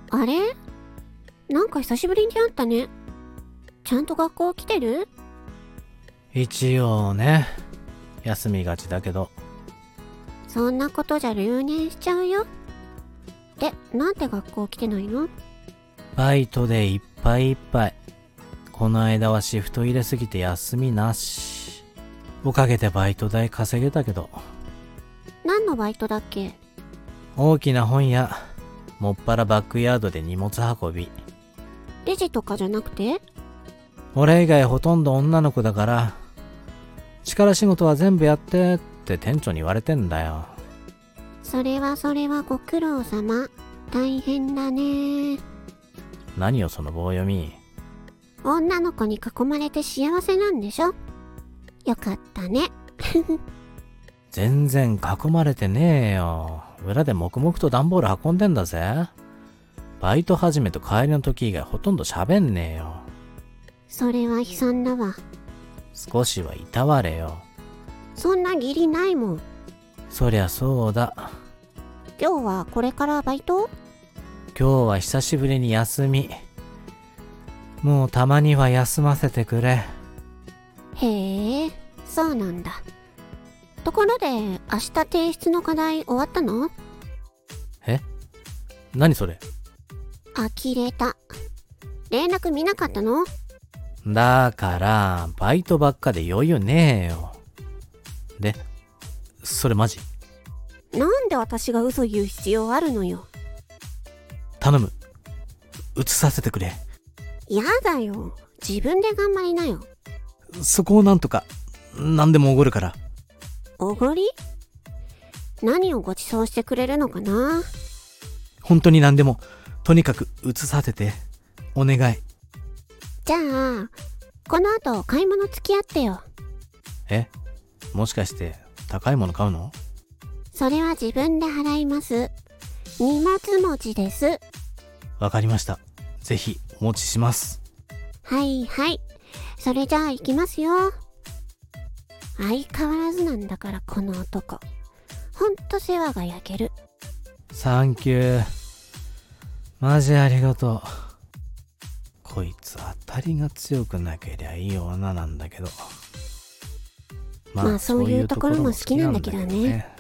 あれ？なんか久しぶりに会ったね。ちゃんと学校来てる？ 一応ね、休みがちだけど。 そんなことじゃ留年しちゃうよ。で、なんで学校来てないの？ バイトでいっぱいいっぱい。この間はシフト入れすぎて休みなし。おかげでバイト代稼げたけど。 何のバイトだっけ？ 大きな本屋、もっぱらバックヤードで荷物運び。 レジとかじゃなくて？ 俺以外ほとんど女の子だから、力仕事は全部やってって店長に言われてんだよ。 それはご苦労様。大変だね。 何よその棒読み。 女の子に囲まれて幸せなんでしょ？よかったね。 全然囲まれてねえよ。裏で黙々と段ボール運んでんだぜ。バイト始めと帰りの時以外ほとんど喋んねえよ。 それは悲惨だわ。 少しはいたわれよ。 そんな義理ないもん。 そりゃそうだ。 今日はこれからバイト？ 今日は久しぶりに休み。もうたまには休ませてくれ。 へえ、そうなんだ。ところで、明日提出の課題終わったの？ え？何それ？ 呆れた。連絡見なかったの？ だから、バイトばっかで余裕ねえよ。で、それマジ？ なんで私が嘘言う必要あるのよ。 頼む。移させてくれ。 やだよ。自分で頑張りなよ。 そこをなんとか、何でもおごるから。 おごり？何をご馳走してくれるのかな？ 本当に何でも、とにかく移させて。お願い。 じゃあ、この後買い物付き合ってよ。 え？もしかして高いもの買うの？ それは自分で払います。荷物持ちです。 わかりました。ぜひお持ちします。 はいはい。それじゃあ行きますよ。相変わらずなんだからこの男。ほんと世話が焼ける。 サンキュー。マジありがとう。こいつ当たりが強くなけりゃいい女なんだけど。 まあそういうところも好きなんだけどね。